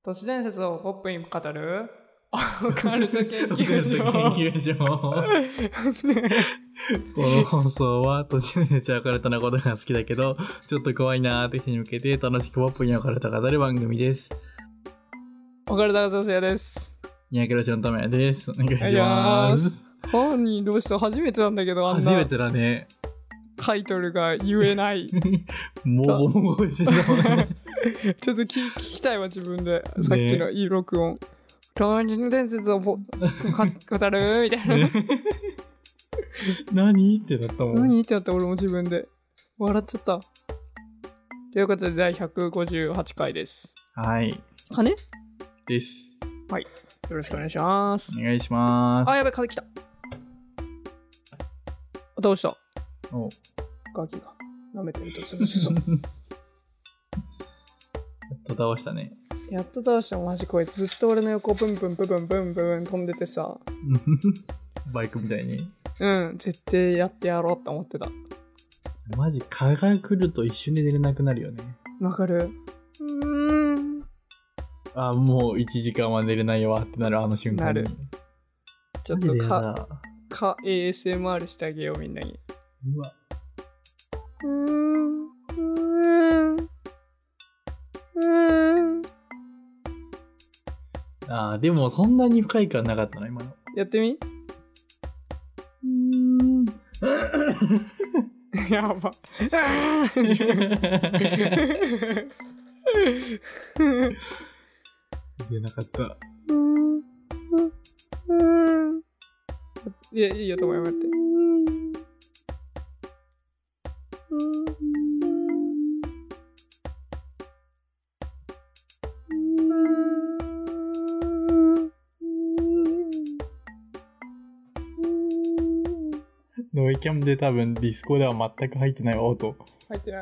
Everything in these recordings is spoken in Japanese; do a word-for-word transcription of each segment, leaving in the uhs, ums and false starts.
都市伝説をポップに語るオカルト研究所研究所この放送は都市伝説やオカルトなことが好きだけどちょっと怖いなーって人に向けて楽しくポップにオカルトを語る番組です。 オカルトがせやです。 ニヤケロシのためやです。お願いします。 本人どうした初めてなんだけどあんな初めてだね。 タイトルが言えないもごもごしいのねちょっと 聞, 聞きたいわ自分でさっきのいい録音、ね、都市伝説を語るみたいな、ね、 何ってなったもん。 何ってなった俺も自分で笑っちゃった。ということでだいひゃくごじゅうはちかいです。 はい。 金です。 はい。よろしくお願いします。 お願いします。 あ、やべ、風来た。どうした？ おガキが舐めてると潰すぞ。 やっと倒したね。 やっと倒した。マジこいつずっと俺の横ブンブンブンブンブンブン飛んでてさバイクみたいに。 うん絶対やってやろうって思ってた。 マジ蚊が来ると一瞬で寝れなくなるよね。 わかる。うーんあ、もういちじかんは寝れないわってなるあの瞬間に。なる。 ちょっとかか エーエスエムアール してあげようみんなに。 うわ。 うーんうーんうーん。 あーでもそんなに不快感なかったな今の。 やってみ。 うーんやば言えなかった。 いや、いいよ、ともやめて。 ノイキャンで多分ディスコでは全く入ってないわ音。 入ってない。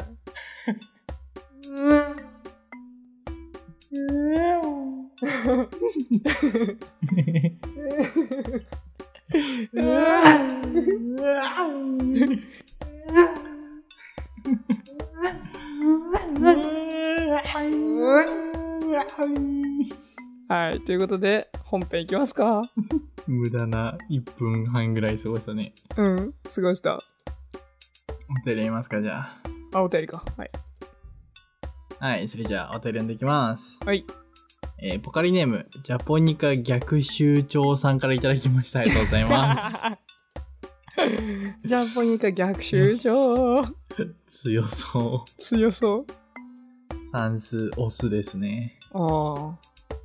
はい、ということで本編いきますか。 無駄ないっぷんはんぐらい過ごしたね。 うん、過ごした。 お便り読みますか、じゃあ。 あ、お便りか。はい。 はい、それじゃあお便り読んでいきます。 はい。 えー、ポカリネーム、ジャポニカ逆襲長さんからいただきました。ありがとうございます。 ジャポニカ逆襲長強そう。 強そう。 算数オスですね。 ああ。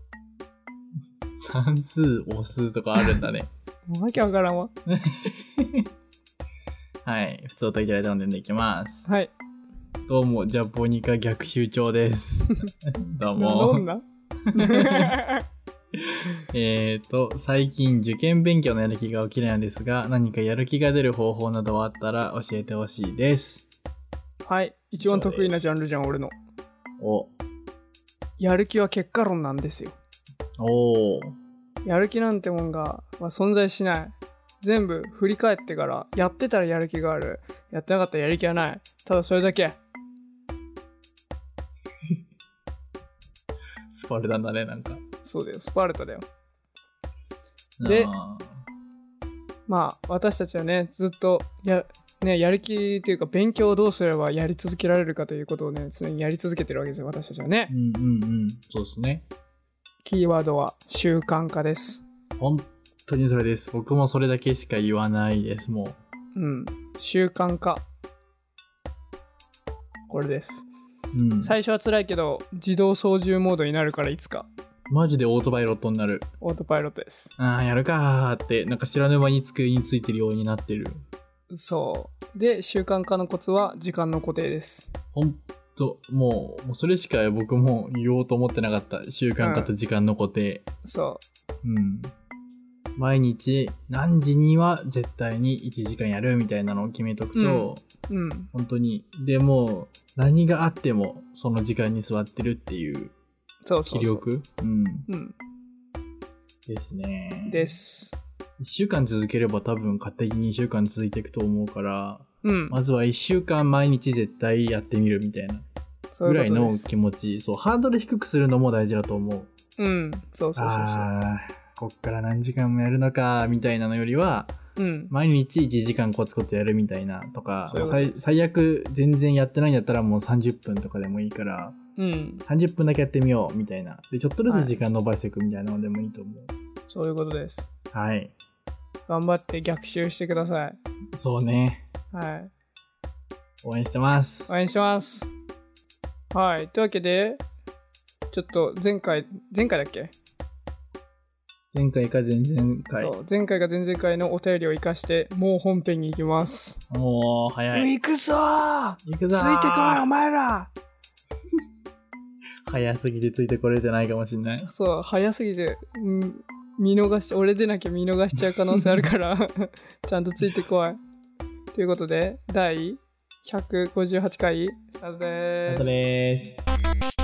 算数オスとかあるんだね。 わけわからんわ。 はい、普通といただいたので読んでいきます。 はい。 どうも、ジャポニカ逆襲長です。どうも。 どんなえっと、最近受験勉強のやる気が起きないのですが、何かやる気が出る方法などはあったら教えてほしいです。 はい、一番得意なジャンルじゃん、俺の。 お。 やる気は結果論なんですよ。 おー。 やる気なんてもんが、まあ、存在しない。全部振り返ってから、やってたらやる気がある。やってなかったらやる気はない。ただそれだけ。 スパルタだね、なんか。 そうだよ、スパルタだよ。で、まあ、私たちはね、ずっとや、ね、やる気というか、勉強をどうすればやり続けられるかということをね、常にやり続けてるわけですよ、私たちはね。 うんうんうん、そうですね。 キーワードは習慣化です。 本当にそれです。僕もそれだけしか言わないです、もう。うん。習慣化。これです。うん。最初は辛いけど、自動操縦モードになるからいつか。 マジでオートパイロットになる。 オートパイロットです。 ああ、やるかーって、なんか知らぬ間に机についてるようになってる。 そう。で、習慣化のコツは時間の固定です。 ほんと、もう、もうそれしか僕も言おうと思ってなかった。習慣化と時間の固定。 うん、そう。 うん。毎日何時には絶対にいちじかんやるみたいなのを決めとくと、 うんうん、 本当にでも何があってもその時間に座ってるっていう気力、うん、うん、ですね。 です。 いっしゅうかん続ければ多分勝手ににしゅうかん続いていくと思うから、 うん、 まずはいっしゅうかん毎日絶対やってみるみたいな。 ぐらいの気持ち。そう、ハードル低くするのも大事だと思う。 うん、そうそうそうそう。 あこっから何時間もやるのかみたいなのよりは、うん、毎日いちじかんコツコツやるみたいなとか、う最悪全然やってないんだったらもうさんじゅっぷんとかでもいいから、うん、さんじゅっぷんだけやってみようみたいな。で、ちょっとずつ時間伸ばしていくみたいなのでもいいと思う。はい、 そういうことです。 はい。 頑張って逆襲してください。 そうね。 はい。 応援してます。 応援します。はい。というわけで、ちょっと前回、前回だっけ？ 前回か前々回。 そう、前回か前々回のお便りを生かして、もう本編に行きます。 おー、早い。 行くぞー行くぞーついてこい、お前ら早すぎてついてこれてないかもしんない。 そう、早すぎて、うん、見逃し、俺でなきゃ見逃しちゃう可能性あるから、ちゃんとついてこい。ということで、第ひゃくごじゅうはちかい、スタートでーす。 スタートでーす。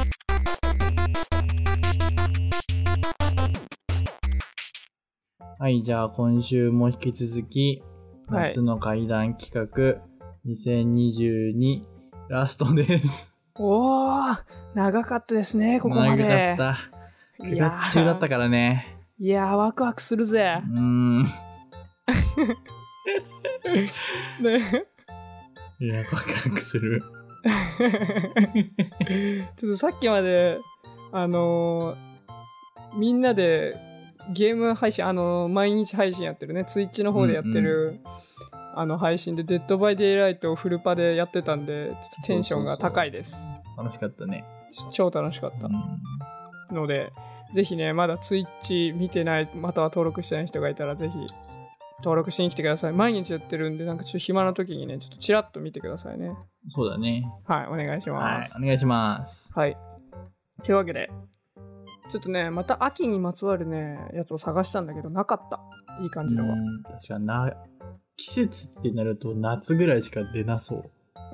はい、じゃあ今週も引き続き、夏の怪談企画にせんにじゅうにラストです。 おー、長かったですね、ここまで。 長かった。くがつ中だったからね。 いやー、ワクワクするぜ。 うーん。ねいや、ワクワクする。 ちょっとさっきまで、あのー、みんなで、ゲーム配信、あの毎日配信やってるね、ツイッチの方でやってる、うんうん、あの配信でデッドバイデイライトをフルパでやってたんで、ちょっとテンションが高いです。 そうそうそう楽しかったね。 超楽しかった、うん、のでぜひね、まだツイッチ見てない、または登録してない人がいたらぜひ登録しに来てください。毎日やってるんで、なんかちょっと暇な時にね、ちょっとチラッと見てくださいね。 そうだね。 はい、お願いします。 はい、お願いします。 はい。というわけでちょっとね、また秋にまつわるね、やつを探したんだけど、なかった。いい感じのが。 確かにな、季節ってなると夏ぐらいしか出なそう。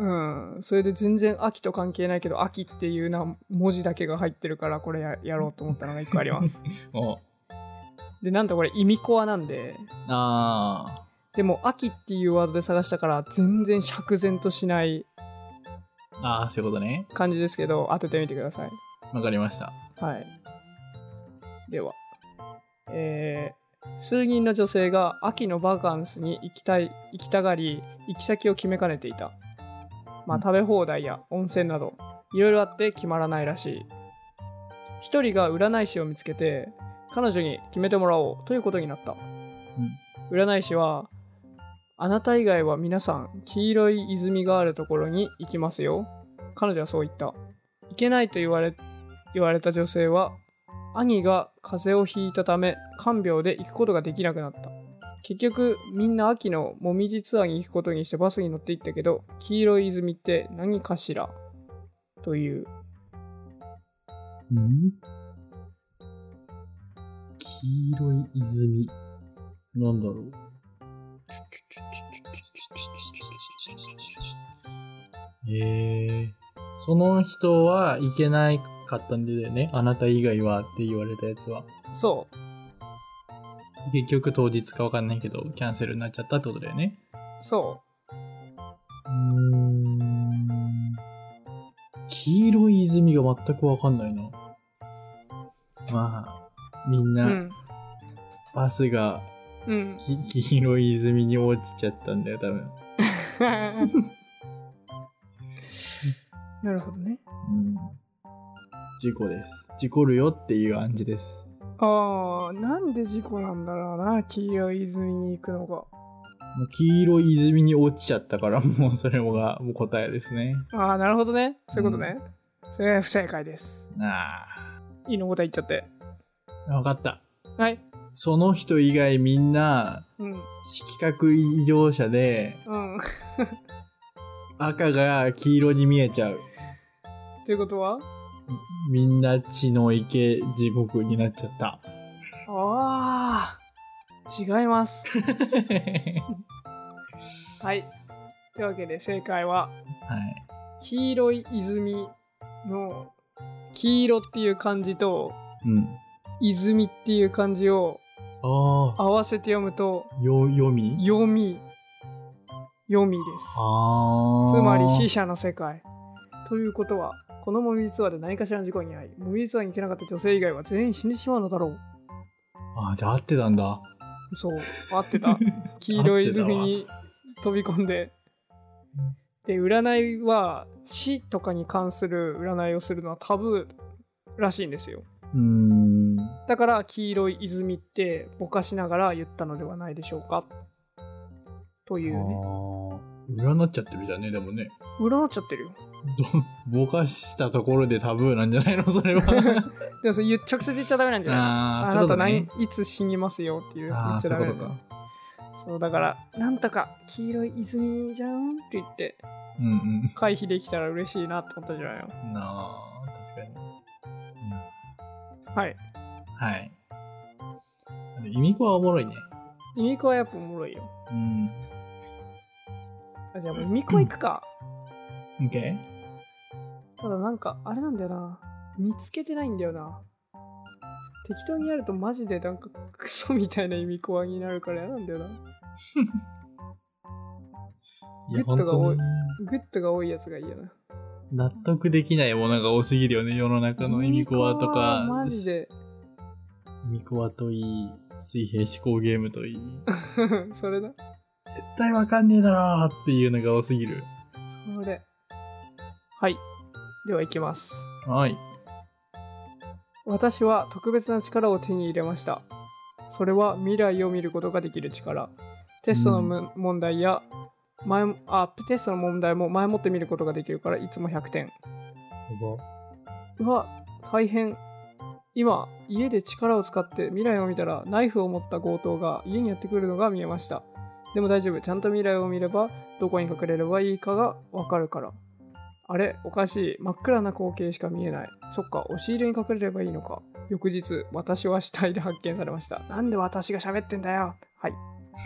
うん。それで全然秋と関係ないけど、秋っていうな文字だけが入ってるから、これ や, やろうと思ったのがいっこあります。 おで、なんとこれ、意味コアなんで。 あー。でも、秋っていうワードで探したから、全然釈然としない。 ああ、そういうことね。 感じですけど、当ててみてください。 わかりました。 はい。では、えー、数人の女性が秋のバカンスに行きたい、行きたがり、行き先を決めかねていた。まあ、食べ放題や温泉など、いろいろあって決まらないらしい。一人が占い師を見つけて、彼女に決めてもらおうということになった。うん、占い師は、あなた以外は皆さん、黄色い泉があるところに行きますよ。彼女はそう言った。行けないと言われ、言われた女性は、兄が風邪をひいたため看病で行くことができなくなった。結局みんな秋のもみじツアーに行くことにしてバスに乗って行ったけど、黄色い泉って何かしらという。 ん？黄色い泉なんだろう。えー、その人は行けないかったんだよね。あなた以外はって言われたやつは。 そう。 結局当日か分かんないけどキャンセルになっちゃったってことだよね。 そう。 うーん。黄色い泉が全く分かんないな。まあみんな、うん、バスが、うん、黄色い泉に落ちちゃったんだよ多分。 なるほどね。 うん。事故です。事故るよっていう暗示です。 ああ、なんで事故なんだろうな、黄色い泉に行くのが。もう黄色い泉に落ちちゃったから、もうそれがもう答えですね。 ああ、なるほどね。そういうことね。うん、それは不正解です。 ああ。いいの答え言っちゃって。 わかった。 はい。 その人以外みんな、うん、色覚異常者で、うん、赤が黄色に見えちゃう。 ということはみんな血の池地獄になっちゃった。 ああ、違います。はい。というわけで正解は、はい、黄色い泉の黄色っていう漢字と、うん、泉っていう漢字を合わせて読むと、 よ読み読み読みです。 あつまり死者の世界ということはこのモビルツアーで何かしらの事故に遭い、モビルツアーに行けなかった女性以外は全員死んでしまうのだろう。 ああ、じゃあ合ってたんだ。 そう、合ってた。黄色い泉に飛び込んで。で、占いは死とかに関する占いをするのはタブーらしいんですよ。 うーん。 だから黄色い泉ってぼかしながら言ったのではないでしょうか。というね。 占っちゃってるじゃんね、でもね。 占っちゃってるよ。 ぼかしたところでタブーなんじゃないのそれは。 でもそれ直接言っちゃダメなんじゃないの？ああなた何、ね、いつ死にますよっていう言っちゃダメなんだ。そうだからなんとか黄色い泉じゃんって言って、うんうん、回避できたら嬉しいなって思ったんじゃないの？ なあ確かに、 うん、はいはいイミコはおもろいね。 イミコはやっぱおもろいよ。 うんあじゃあもうイミコ行くか。 オッケー。 ただなんかあれなんだよな、見つけてないんだよな。適当にやるとマジでなんかクソみたいなイミコアになるから嫌なんだよな。グッドが多いグッドが多いやつがいいよな。 納得できないものが多すぎるよね世の中のイミコアとか。 マジでイミコアといい水平思考ゲームといいそれだ絶対わかんねえだろっていうのが多すぎる。 それはいでは行きます。 はい。 私は特別な力を手に入れました。それは未来を見ることができる力。テストの、うん、問題や前あテストの問題も前もって見ることができるからいつもひゃくてん。うわ大変。今家で力を使って未来を見たらナイフを持った強盗が家にやってくるのが見えました。でも大丈夫、ちゃんと未来を見ればどこに隠れればいいかがわかるから。あれおかしい、真っ暗な光景しか見えない。そっか、押し入れに隠れればいいのか。翌日、私は死体で発見されました。なんで私が喋ってんだよ。はい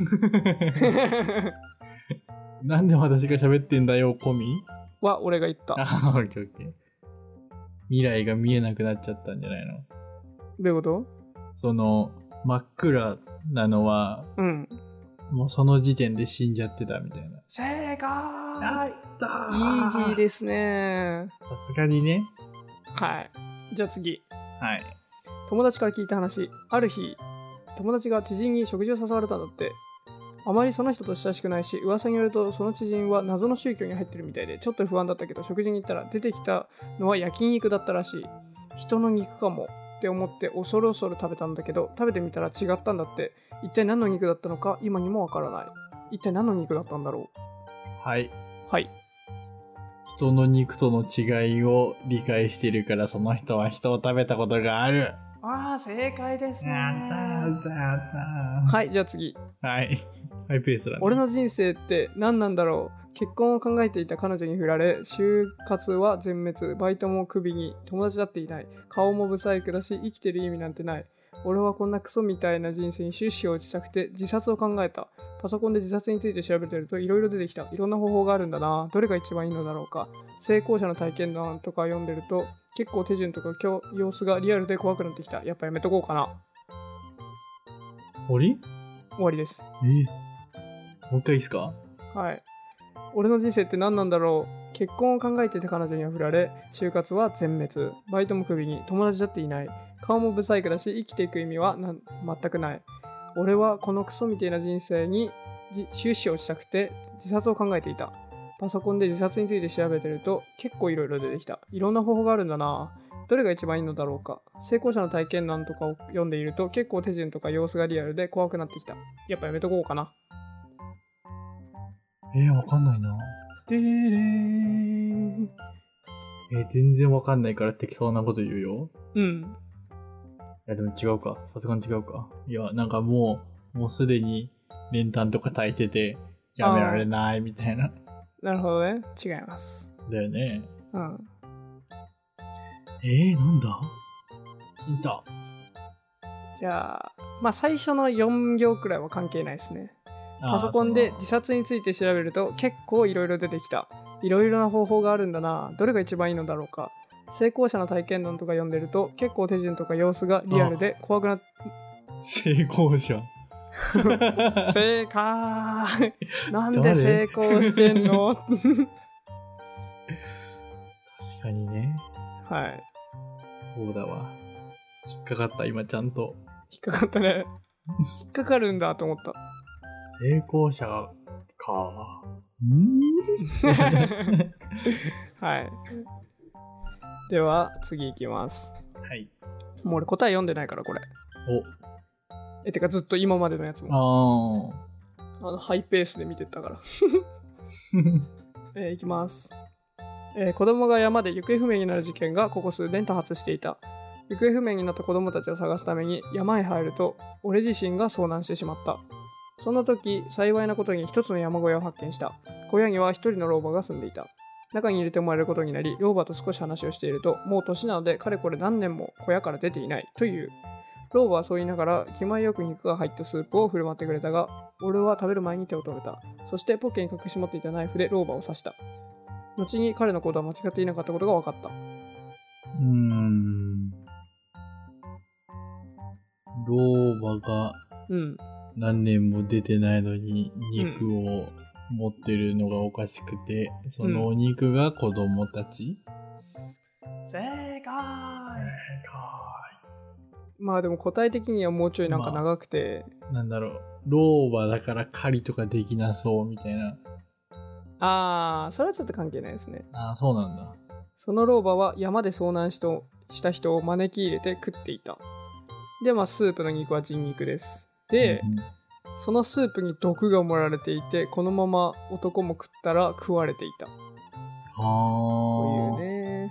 なんで私が喋ってんだよコミは俺が言った。 あオッケーオッケー。未来が見えなくなっちゃったんじゃないの？ どういうこと？ その真っ暗なのは、 うん、 もうその時点で死んじゃってたみたいな。 正解。 やったー。 イージーですね。 さすがにね。 はい。じゃあ次。 はい。 友達から聞いた話。ある日、友達が知人に食事を誘われたんだって。あまりその人と親しくないし、噂によるとその知人は謎の宗教に入ってるみたいでちょっと不安だったけど、食事に行ったら出てきたのは焼肉だったらしい。人の肉かもって思って恐る恐る食べたんだけど、食べてみたら違ったんだって。一体何の肉だったのか今にもわからない。一体何の肉だったんだろう。 はいはい人の肉との違いを理解しているからその人は人を食べたことがある。 ああ正解ですね。 やったやったやった。 はいじゃあ次。 はいハイペースだね。 俺の人生って何なんだろう。結婚を考えていた彼女に振られ、就活は全滅、バイトもクビに、友達だっていない、顔もブサイクだし生きてる意味なんてない。俺はこんなクソみたいな人生に終止を打ちしたくて自殺を考えた。パソコンで自殺について調べてるといろいろ出てきた。いろんな方法があるんだな。どれが一番いいのだろうか。成功者の体験談とか読んでると結構手順とか様子がリアルで怖くなってきた。やっぱやめとこうかな。 終わり？ 終わりです。 えー、もう一回いいですか？ はい。俺の人生って何なんだろう。結婚を考えていた彼女には振られ、就活は全滅、バイトもクビに、友達だっていない、顔もブサイクだし生きていく意味はな全くない。俺はこのクソみたいな人生に終止をしたくて自殺を考えていた。パソコンで自殺について調べてると結構いろいろ出てきた。いろんな方法があるんだな。どれが一番いいのだろうか。成功者の体験談とかを読んでいると結構手順とか様子がリアルで怖くなってきた。やっぱやめとこうかな。 えー、わかんないな。 でーれー。 えー、全然わかんないから適当なこと言うよ。 うん。 いやでも違うか。さすがに違うか。いや、なんかもう、もうすでに練炭とか焚いてて、やめられないみたいな。 なるほどね。違います。 だよね。 うん。 えー、なんだ？ヒント。 じゃあ、まあ最初のよん行くらいは関係ないですね。パソコンで自殺について調べると結構いろいろ出てきた。いろいろな方法があるんだな。どれが一番いいのだろうか。成功者の体験談とか読んでると結構手順とか様子がリアルで怖くなっ成功者正解。なんで成功してんの確かにね。 はい。 そうだわ。引っかかった、今ちゃんと。 引っかかったね。引っかかるんだと思った。 成功者か。んはい。では、次いきます。 はい。 もう俺答え読んでないから、これ。 お。 え、てかずっと今までのやつも。 ああ。あの、ハイペースで見てったから。えー、いきます。えー、子供が山で行方不明になる事件がここ数年多発していた。行方不明になった子供たちを探すために山へ入ると、俺自身が遭難してしまった。そんな時、幸いなことに一つの山小屋を発見した。小屋には一人の老婆が住んでいた。中に入れてもらえることになり、老婆と少し話をしていると、もう年なのでかれこれ何年も小屋から出ていないという。老婆はそう言いながら気前よく肉が入ったスープを振る舞ってくれたが、俺は食べる前に手を止めた。そしてポッケに隠し持っていたナイフで老婆を刺した。後に彼の行動は間違っていなかったことが分かった。 うーん。老婆が何年も出てないのに肉を持ってるのがおかしくて、うん、そのお肉が子供たち、 うん、正解。正解。まあでも答え的にはもうちょいなんか長くて、 まあ、なんだろう、老婆だから狩りとかできなそうみたいな。 ああ、それはちょっと関係ないですね。 ああ、そうなんだ。 その老婆は山で遭難した人を招き入れて食っていた。で、まあスープの肉は人肉です。で、うん、そのスープに毒が盛られていて、このまま男も食ったら食われていた。というね、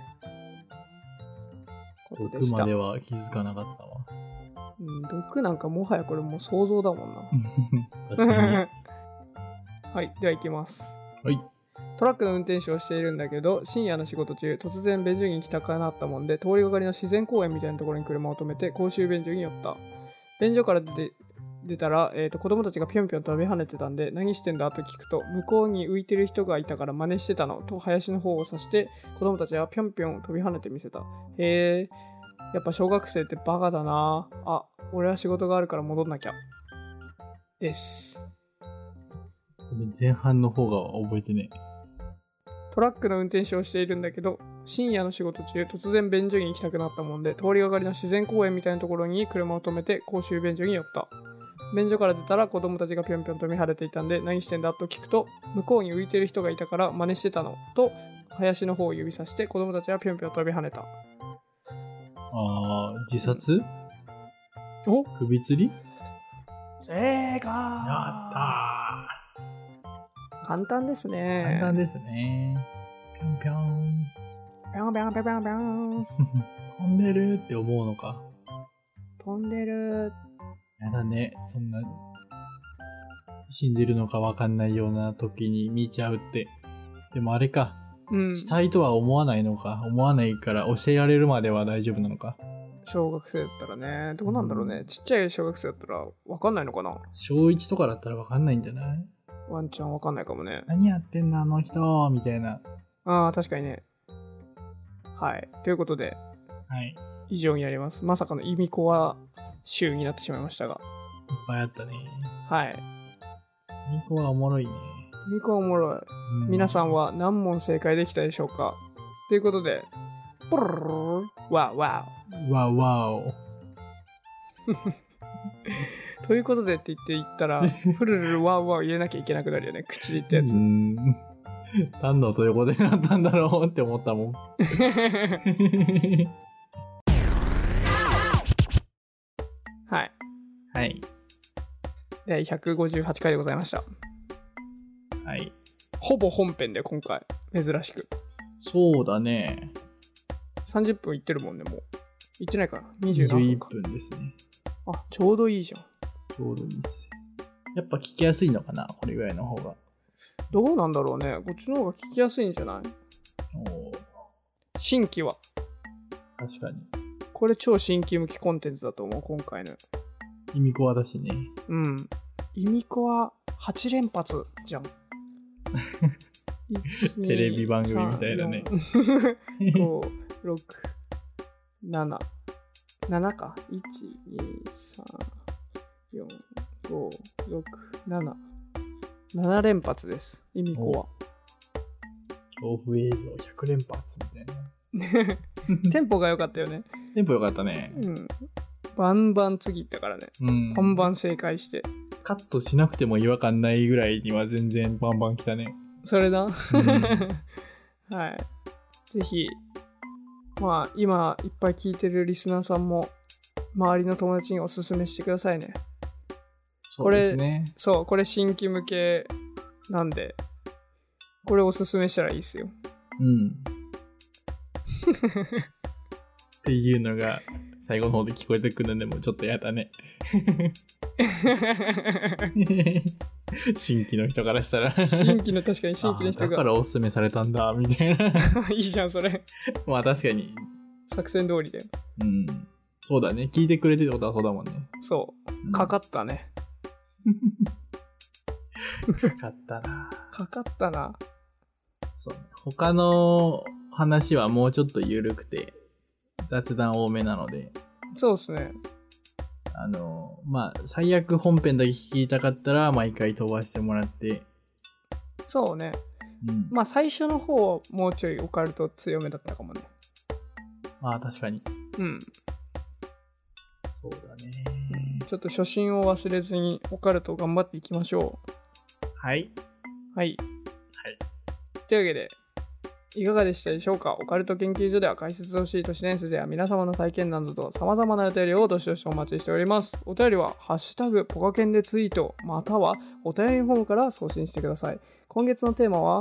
ことでした。 毒までは気づかなかったわ。 うん、毒なんかもはやこれもう想像だもんな。 確かに。 はい、では行きます。 はい。 トラックの運転手をしているんだけど、深夜の仕事中、突然便所に行きたくなったもんで、通りがかりの自然公園みたいなところに車を止めて公衆便所に寄った。便所から出て出たら、えーと、子供たちがぴょんぴょん飛び跳ねてたんで、何してんだと聞くと、向こうに浮いてる人がいたから真似してたのと林の方を指して、子供たちはぴょんぴょん飛び跳ねてみせた。へえ、やっぱ小学生ってバカだな。あ、俺は仕事があるから戻んなきゃ。です。 前半の方が覚えてね。 トラックの運転手をしているんだけど、深夜の仕事中、突然便所に行きたくなったもんで、通りがかりの自然公園みたいなところに車を止めて公衆便所に寄った。便所から出たら子供たちがぴょんぴょん飛び跳ねていたんで、何してんだと聞くと、向こうに浮いてる人がいたから真似してたのと、林の方を指さして子供たちはぴょんぴょん飛び跳ねた。 あー、自殺？ お？ 首吊り？ 正解！やったー。 簡単ですね。 簡単ですね。ぴょんぴょん。 ぴょんぴょんぴょんぴょんぴょん。 飛んでるって思うのか。 飛んでる。 やだね。そんな、死んでるのかわかんないような時に見ちゃうって。でもあれか。うん。したいとは思わないのか。思わないから教えられるまでは大丈夫なのか。 小学生だったらね。どうなんだろうね。うん、ちっちゃい小学生だったらわかんないのかな。 小いちとかだったらわかんないんじゃない？ ワンチャンわかんないかもね。 何やってんのあの人みたいな。 ああ、確かにね。はい。ということで、 はい。 以上になります。まさかのイミコア集になってしまいましたが。いっぱいあったね。 はい。 イミコアおもろいね。 イミコアおもろい。うん、皆さんは何問正解できたでしょうか？ということで、プルルルルワーワー。ワーワー。 ということでって言って言ったら、プルルルワーワーを入れなきゃいけなくなるよね。口で言ったやつ。うーん。 何のと横でなったんだろうって思ったもん。 はい。 はい。 第ひゃくごじゅうはちかいでございました。 はい。 ほぼ本編で今回、珍しく。 そうだね。 さんじゅっぷんいってるもんね、もう。いってないかな。にじゅうななふんか。 にじゅういっぷんですね。 あ、ちょうどいいじゃん。 ちょうどいいです。やっぱ聞きやすいのかな、これぐらいの方が。 どうなんだろうね。こっちの方が聞きやすいんじゃない？お新規は。 確かに。 これ超新規向きコンテンツだと思う、今回の。 イミコアだしね。 うん。イミコアはち連発じゃん。 テレビ番組みたいだね。 ご、ろく、なな。ななか。いち、に、さん、よん、ご、ろく、なな。なな連発です。イミコは。 恐怖映像ひゃく連発みたいな。 テンポが良かったよね。 テンポ良かったね。 うん。バンバン次行ったからね。うん。バンバン正解して。 カットしなくても違和感ないぐらいには全然バンバン来たね。 それな。うん、はい。ぜひ、まあ今いっぱい聞いてるリスナーさんも周りの友達におすすめしてくださいね。 そうですね。 これ、そう、これ新規向けなんで、これおすすめしたらいいですよ。 うん。っていうのが最後の方で聞こえてくるのでもちょっとやだね。新規の人からしたら新規の確かに新規の人がだからおすすめされたんだみたいな。 いいじゃんそれ。 まあ確かに作戦通りだよ。 うん。そうだね。聞いてくれてることはそうだもんね。 そう。うん、かかったね。 かかったな。 かかったな。 そうね。他の話はもうちょっと緩くて雑談多めなので。 そうですね。 あのまあ最悪本編だけ聞きたかったら毎回飛ばしてもらって。 そうね。うん、まあ最初の方もうちょいオカルト強めだったかもね。 まあ確かに。 うん。 そうだね、 うん。ちょっと初心を忘れずにオカルト頑張っていきましょう。 はい。 はい。 はい。 というわけで、いかがでしたでしょうか。オカルト研究所では解説をし都市伝説や皆様の体験などと様々なお便りをどしどしお待ちしております。お便りはハッシュタグポカケンでツイートまたはお便りフォームから送信してください。今月のテーマは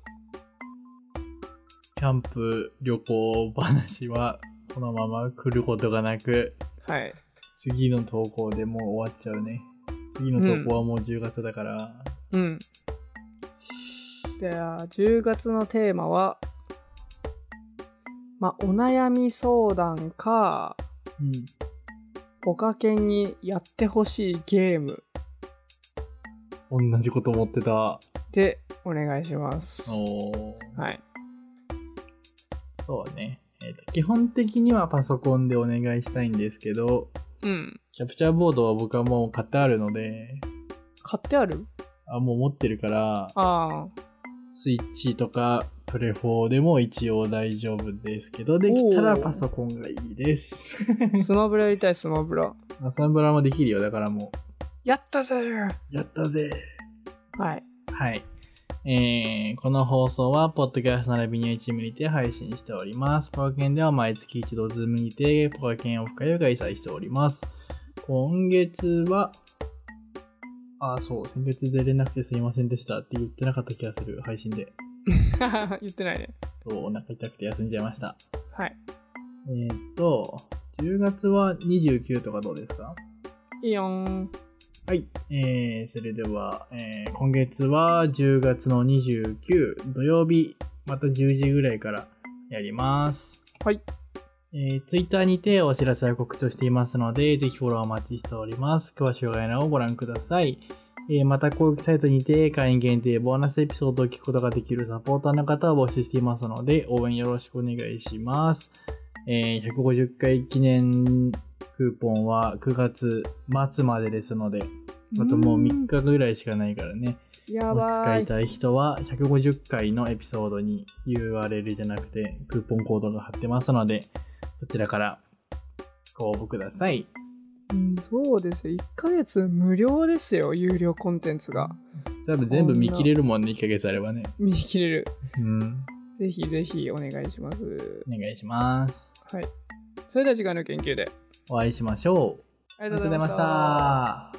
キャンプ旅行話はこのまま来ることがなく、 はい、 次の投稿でもう終わっちゃうね。次の投稿はもうじゅうがつだから。 うん。うんではじゅうがつのテーマは、まあ、お悩み相談か、 うん、 ポカケンにやってほしいゲーム。 同じこと思ってた。 で、お願いします。 おー。 はい。 そうね。えーと、基本的にはパソコンでお願いしたいんですけど、 うん。 キャプチャーボードは僕はもう買ってあるので。 買ってある？ あ、もう持ってるから。 ああ。 スイッチとかプレフォーでも一応大丈夫ですけど、できたらパソコンがいいです。 スマブラやりたい、スマブラ。 スマブラもできるよ、だからもう。 やったぜやったぜはい。 はい。えー、この放送は、ポッドキャスト並びに YouTube にて配信しております。ポカケンでは毎月一度ズームにて、ポカケンオフ会を開催しております。今月は、ああ、そう、先月出れなくてすいませんでしたって言ってなかった気がする、配信で。 言ってないね。 そう、お腹痛くて休んじゃいました。 はい。 えー、っと、じゅうがつはにじゅうくとかどうですか？ いいよん。 はい。えー、それでは、えー、今月はじゅうがつのにじゅうく土曜日、またじゅうじぐらいからやります。 はい。 えー、Twitter にてお知らせや告知をしていますので、ぜひフォローお待ちしております。詳しい概要欄をご覧ください。えー、また、公式サイトにて会員限定ボーナスエピソードを聞くことができるサポーターの方を募集していますので、応援よろしくお願いします。えー、ひゃくごじゅっかい記念クーポンはくがつ末までですので、あともうみっかぐらいしかないからね。 やばい。 使いたい人はひゃくごじゅっかいのエピソードに ユーアールエル じゃなくてクーポンコードが貼ってますので、こちらからご応募ください。 うん、そうですよ。いっかげつ無料ですよ、有料コンテンツが。 多分全部見切れるもんね、いっかげつあればね。 見切れる。 うん。 ぜひぜひお願いします。 お願いします。 はい。それでは次回の研究でお会いしましょう。 ありがとうございました。